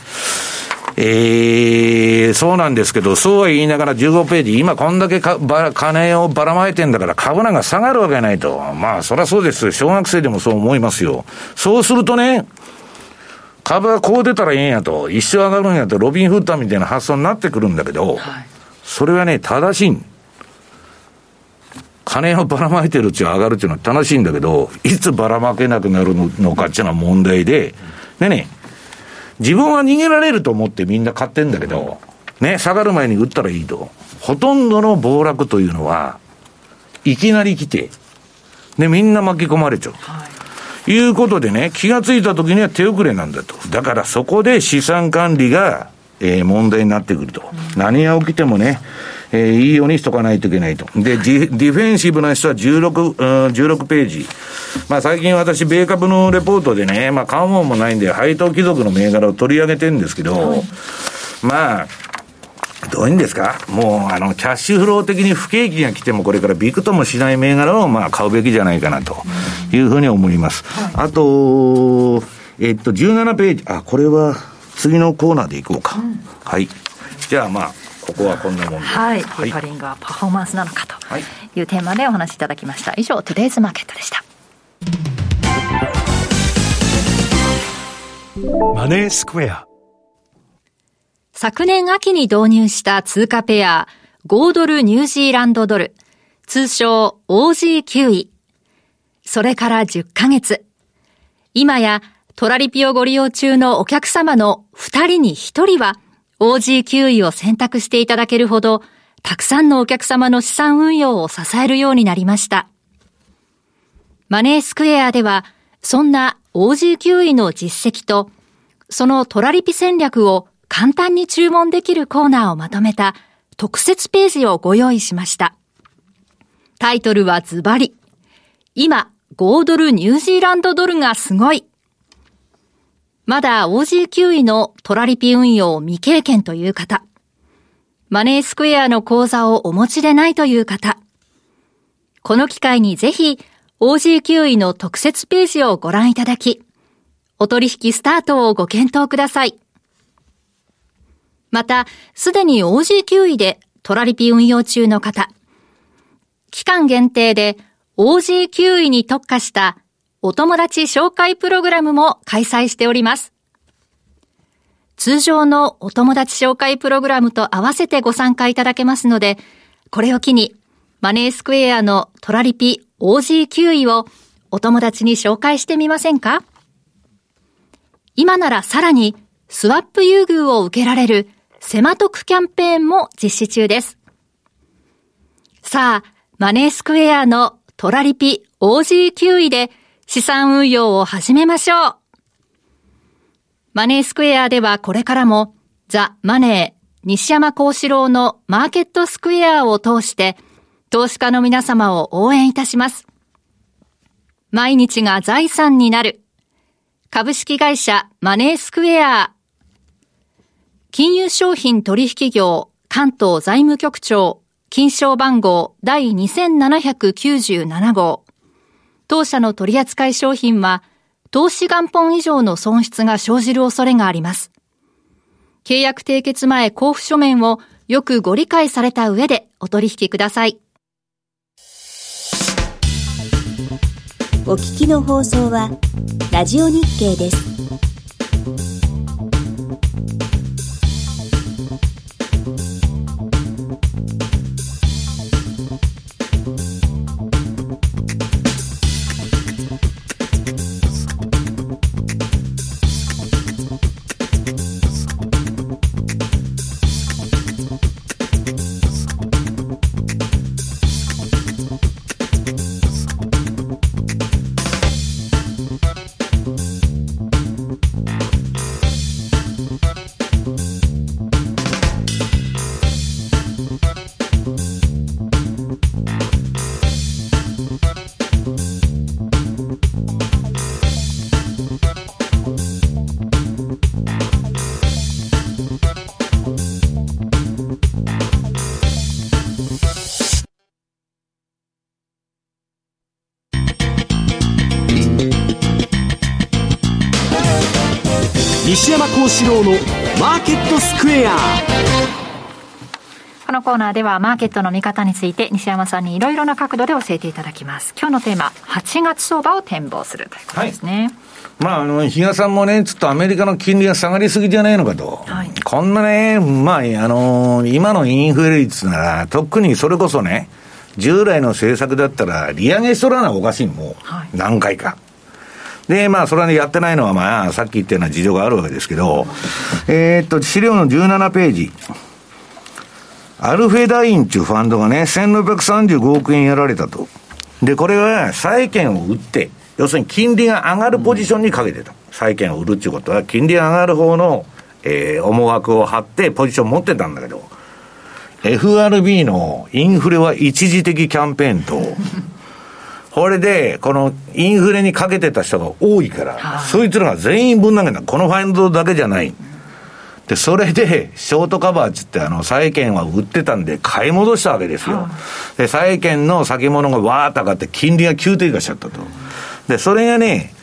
えー、そうなんですけど、そうは言いながらじゅうごページ、今こんだけかば金をばらまいてんだから株なんか下がるわけないと。まあそりゃそうです。小学生でもそう思いますよ。そうするとね、株はこう出たらいいんやと、一生上がるんやと、ロビンフッターみたいな発想になってくるんだけど、はい、それはね正しい。金をばらまいてるうちは上がるっていうのは正しいんだけど、いつばらまけなくなるのかっていうのは問題で、でね、自分は逃げられると思ってみんな買ってんだけど、ね、下がる前に売ったらいいと。ほとんどの暴落というのはいきなり来て、でみんな巻き込まれちゃう、はい、いうことでね、気がついた時には手遅れなんだと。だからそこで資産管理が、えー、問題になってくると、うん、何が起きてもね、えー、いいようにしとかないといけないと。で、ディフェンシブな人はじゅうろく、うん、じゅうろくページ。まあ最近私、米株のレポートでね、まあ買うもんもないんで、配当貴族の銘柄を取り上げてるんですけど、はい、まあ、どういうんですか、もうあの、キャッシュフロー的に不景気が来てもこれからびくともしない銘柄をまあ買うべきじゃないかなというふうに思います。はい、あと、えっと、じゅうななページ。あ、これは、 次のコーナーでいこうか、うん、はい。じゃあまあここはこんなもんで、 はい、ピーカリングはパフォーマンスなのかというテーマでお話しいただきました。以上トゥデイズマーケットでした。 マネースクエア。 昨年秋に導入した通貨ペアごドルニュージーランドドル、通称 オージーキューイー。それからじゅっかげつ、今やトラリピをご利用中のお客様のふたりにひとりは オージーキューイー を選択していただけるほど、たくさんのお客様の資産運用を支えるようになりました。マネースクエアでは、そんな オージーキューイー の実績と、そのトラリピ戦略を簡単に注文できるコーナーをまとめた特設ページをご用意しました。タイトルはズバリ、今ごドルニュージーランドドルがすごい。まだ オージーキューイー のトラリピ運用未経験という方、マネースクエアの口座をお持ちでないという方、この機会にぜひ オージーキューイー の特設ページをご覧いただき、お取引スタートをご検討ください。また、すでに オージーキューイー でトラリピ運用中の方、期間限定で オージーキューイー に特化したお友達紹介プログラムも開催しております。通常のお友達紹介プログラムと合わせてご参加いただけますので、これを機にマネースクエアのトラリピ オージーキューイー をお友達に紹介してみませんか？今ならさらにスワップ優遇を受けられるセマトクキャンペーンも実施中です。さあ、マネースクエアのトラリピ オージーキューイー で資産運用を始めましょう。マネースクエアではこれからもザ・マネー西山幸四郎のマーケットスクエアを通して投資家の皆様を応援いたします。毎日が財産になる株式会社マネースクエア、金融商品取引業関東財務局長金賞番号第にせんななひゃくきゅうじゅうなな号。当社の取扱い商品は投資元本以上の損失が生じる恐れがあります。契約締結前交付書面をよくご理解された上でお取引ください。 お聞きの放送はラジオ日経です。 西山幸四郎のマーケットスクエア。 このコーナーではマーケットの見方について西山さんにいろいろな角度で教えていただきます。今日のテーマ、はちがつ相場を展望するということですね。 はい、まあ、あの比嘉さんもね、ちょっとアメリカの金利が下がりすぎじゃないのかと、はい、こんなね、まああの今のインフレ率なら特にそれこそね、従来の政策だったら利上げしとらなおかしい、もう、はい、何回かで、まあ、それはね、やってないのは、まあ、さっき言ったような事情があるわけですけど、えー、っと、資料のじゅうななページ。アルフェダインっていうファンドがね、せんろっぴゃくさんじゅうごおくえんやられたと。で、これは債券を売って、要するに金利が上がるポジションにかけてた。債券を売るっていうことは、金利が上がる方の、えー、思惑を張ってポジション持ってたんだけど、エフアールビー のインフレは一時的キャンペーンと、これで、このインフレにかけてた人が多いから、はあ、そいつらが全員ぶん投げた。このファンドだけじゃない。で、それで、ショートカバーっつって、あの、債券は売ってたんで、買い戻したわけですよ。はあ、で、債券の先物がわーっと上がって、金利が急低下しちゃったと。で、それがね、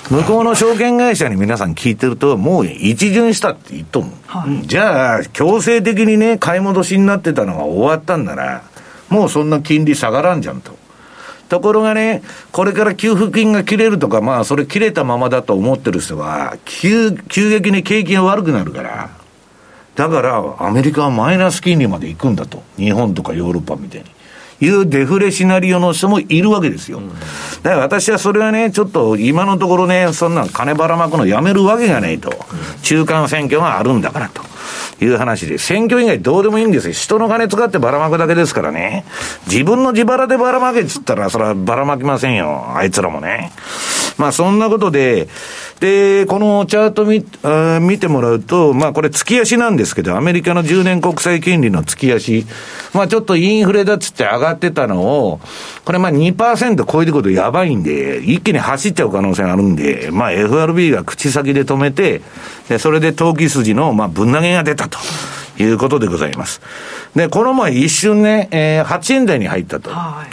向こうの証券会社に皆さん聞いてると、もう一巡したって言っとる、はい、じゃあ強制的にね買い戻しになってたのが終わったんなら、もうそんな金利下がらんじゃんと。ところがね、これから給付金が切れるとか、まあそれ切れたままだと思ってる人は急急激に景気が悪くなるから、だからアメリカはマイナス金利まで行くんだと、日本とかヨーロッパみたいにいうデフレシナリオの人もいるわけですよ。だから私はそれはね、ちょっと今のところね、そんな金ばらまくのやめるわけがないと。中間選挙があるんだからという話で、選挙以外どうでもいいんですよ。人の金使ってばらまくだけですからね。自分の自腹でばらまけっつったら、それはばらまきませんよ。あいつらもね。まあそんなことで、で、このチャート見、あ見てもらうと、まあこれ月足なんですけど、アメリカのじゅうねん国債金利の月足、まあちょっとインフレだっつって上がってたのを、これまあ にパーセント 超えてくるとやばいんで、一気に走っちゃう可能性があるんで、まあ エフアールビー が口先で止めて、でそれで投機筋のまあぶん投げが出たということでございます。で、この前一瞬ね、えー、はちえん台に入ったと。はい、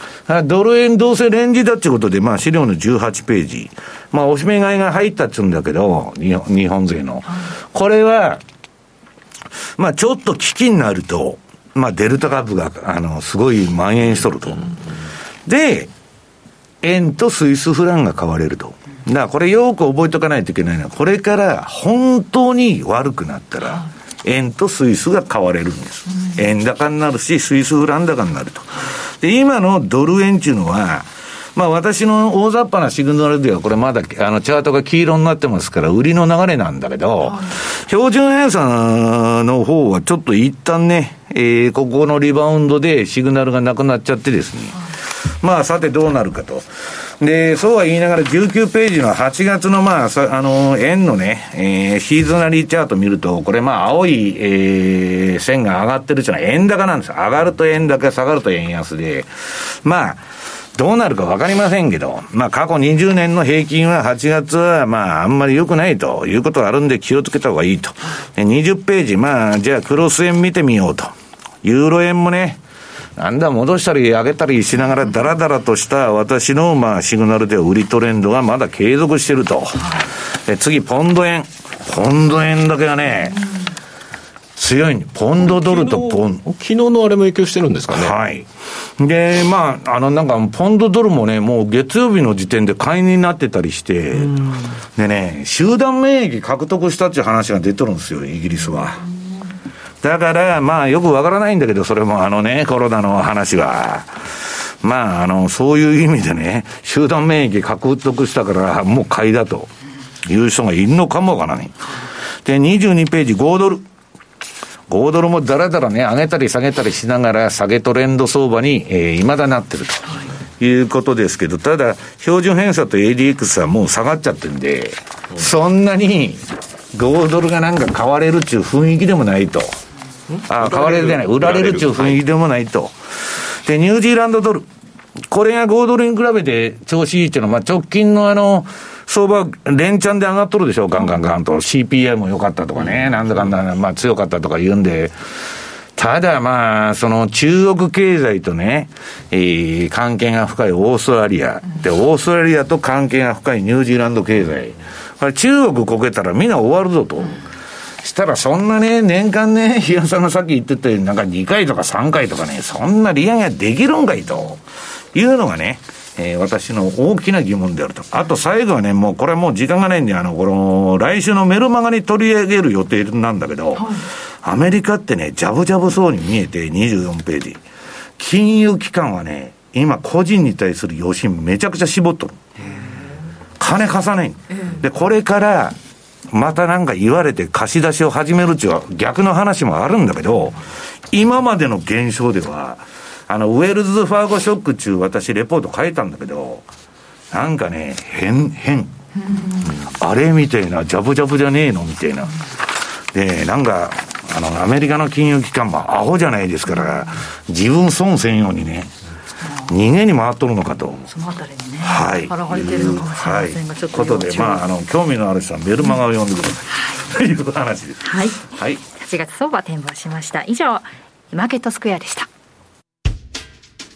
ドル円どうせレンジだってことで、まあ資料のじゅうはちページ。まあおしめ買いが入ったっつうんだけど、日本、日本勢の。はい、これは、まあちょっと危機になると、まあデルタ株が、あの、すごい蔓延しとると。で、円とスイスフランが買われると。だからこれよく覚えておかないといけないのは、これから本当に悪くなったら、円とスイスが買われるんです。円高になるし、スイスフラン高になると。で、今のドル円っていうのは、まあ私の大雑把なシグナルではこれまだあのチャートが黄色になってますから売りの流れなんだけど、標準偏差の方はちょっと一旦ね、えー、ここのリバウンドでシグナルがなくなっちゃってですね。まあさてどうなるかと。で、そうは言いながらじゅうきゅうページのはちがつのまあ、さあの、円のね、えー、シーズナリーチャート見ると、これまあ青い、えー、線が上がってるっていうのは円高なんですよ。上がると円高、下がると円安で。まあ、どうなるかわかりませんけど、まあ過去にじゅうねんの平均ははちがつはまああんまり良くないということがあるんで気をつけた方がいいと。でにじゅうページ、まあじゃあクロス円見てみようと。ユーロ円もね、なんだ戻したり上げたりしながらダラダラとした私のまあシグナルでは売りトレンドがまだ継続してると。で次ポンド円。ポンド円だけはね、強いんポンドドルとポン昨日のあれも影響してるんですかね。 はい。で、まあ、あの、なんか、ポンドドルもね、もう月曜日の時点で買いになってたりして、でね、集団免疫獲得したっていう話が出てるんですよ、イギリスは。だから、まあ、よくわからないんだけど、それもあのね、コロナの話は。まあ、あの、そういう意味でね、集団免疫獲得したから、もう買いだという人がいるのかもわからない。で、にじゅうにページ、ごドル。ごドルもだらだらね、上げたり下げたりしながら、下げトレンド相場に、えー、未だなってるということですけど、ただ、標準偏差と エーディーエックス はもう下がっちゃってるんで、そんなにごドルがなんか買われるっていう雰囲気でもないと。あ、買われるじゃない、売られるっていう雰囲気でもないと。で、ニュージーランドドル。これがごドルに比べて調子いいっていうのは、まあ、直近のあの、相場、連チャンで上がっとるでしょ、ガンガンガンと。シーピーアイ も良かったとかね、なんだかんだ、まあ強かったとか言うんで、ただまあ、その中国経済とね、えー、関係が深いオーストラリア。で、オーストラリアと関係が深いニュージーランド経済。これ中国こけたらみんな終わるぞと。したらそんなね、年間ね、比嘉さんがさっき言ってたようになんかにかいとかさんかいとかね、そんな利上げができるんかいというのがね、えー、私の大きな疑問であると。あと最後はね、もうこれはもう時間がないんで、あの、この、来週のメルマガに取り上げる予定なんだけど、はい、アメリカってね、ジャブジャブそうに見えてにじゅうよんページ。金融機関はね、今個人に対する余震めちゃくちゃ絞っとる。金貸さない。で、これから、またなんか言われて貸し出しを始めるっていう逆の話もあるんだけど、今までの現象では、あの、ウェルズ・ファーゴショック中、私、レポート書いたんだけど、なんかね、変、変。あれみたいな、ジャブジャブじゃねえのみたいな。で、なんか、あの、アメリカの金融機関もアホじゃないですから、自分損せんようにね、逃げに回っとるのかと。 そのあたりにね、 はい。 払われてるのかもしれませんが、はい、ちょっと。 ことで、まあ、あの、興味のある人はメルマガを読んでください。という話です。 はい。 はい。はちがつ相場展望しました。以上、マーケットスクエアでした。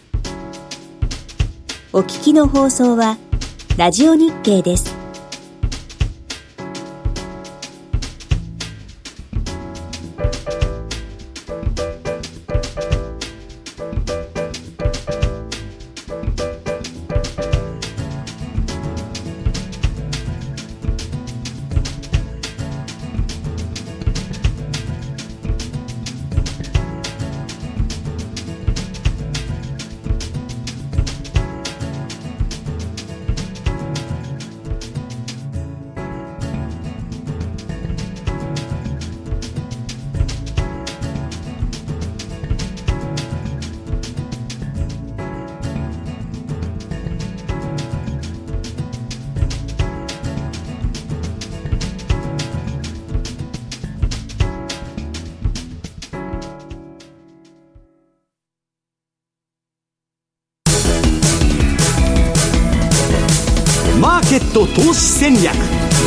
お聞きの放送はラジオ日経です。 ト投資戦略。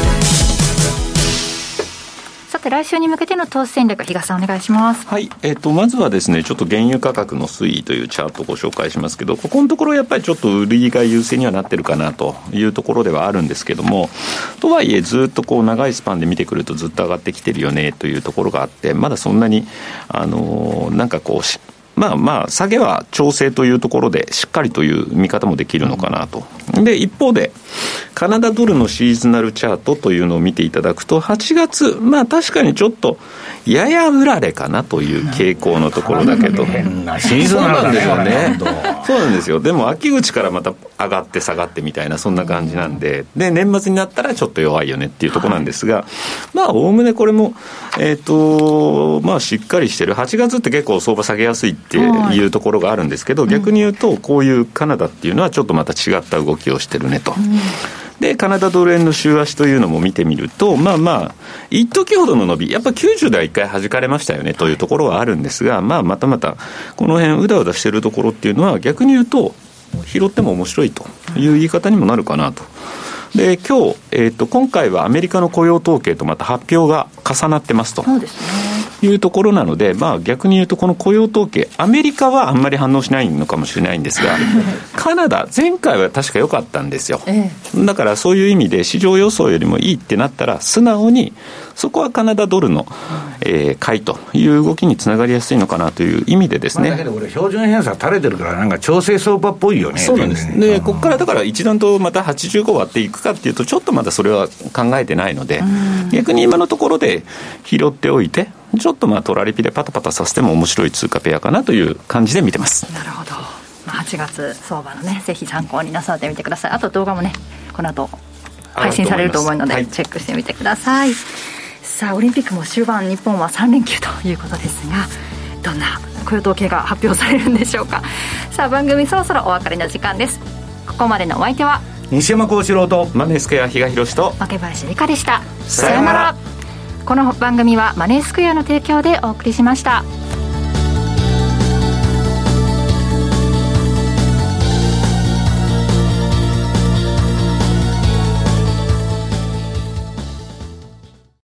さて来週に向けての投資戦略、比嘉さんお願いします。 はい、えー、とまずはですね、ちょっと原油価格の推移というチャートをご紹介しますけど、ここのところやっぱりちょっと売りが優勢にはなってるかなというところではあるんですけども、とはいえずっとこう長いスパンで見てくるとずっと上がってきてるよねというところがあって、まだそんなにあのー、なんかこうしまあまあ下げは調整というところでしっかりという見方もできるのかなと。で一方でカナダドルのシーズナルチャートというのを見ていただくと、はちがつまあ確かにちょっとやや売られかなという傾向のところだけど、 変なシーズナルだね。 そうなんですよね。そうなんですよ。でも秋口からまた上がって下がってみたいなそんな感じなんで、で年末になったらちょっと弱いよねっていうところなんですが、まあおおむねこれもえっとまあしっかりしてる。はちがつって結構相場下げやすいっていうところがあるんですけど、逆に言うとこういうカナダっていうのはちょっとまた違った動きをしてるねと。でカナダドル円の週足というのも見てみると、まあまあ一時ほどの伸び、やっぱきゅうじゅう台いっかい弾かれましたよねというところはあるんですが、まあまたまたこの辺うだうだしてるところっていうのは逆に言うと拾っても面白いという言い方にもなるかなと。で今日、えー、と今回はアメリカの雇用統計とまた発表が重なってますとそうですねいうところなので、まあ、逆に言うとこの雇用統計アメリカはあんまり反応しないのかもしれないんですがカナダ前回は確か良かったんですよ、ええ、だからそういう意味で市場予想よりもいいってなったら素直にそこはカナダドルの、えー、買いという動きにつながりやすいのかなという意味でですね、 まあ、だけど俺標準偏差垂れてるからなんか調整相場っぽいよね。 そうなんです。でここからだから一段とまたはちじゅうご割っていくかっていうとちょっとまだそれは考えてないので、逆に今のところで拾っておいてちょっとまあトラリピでパタパタさせても面白い通貨ペアかなという感じで見てます。 なるほど、まあ、はちがつ相場のねぜひ参考になさってみてください。あと動画もねこの後配信されると思うのでチェックしてみてください。さあオリンピックも終盤、日本はさん連休ということですが、どんな雇用統計が発表されるんでしょうか。さあ番組そろそろお別れの時間です。ここまでのお相手は西山幸四郎とマネースクエア比嘉宏と若林理香でした。 さよなら。 この番組はマネースクエアの提供でお送りしました。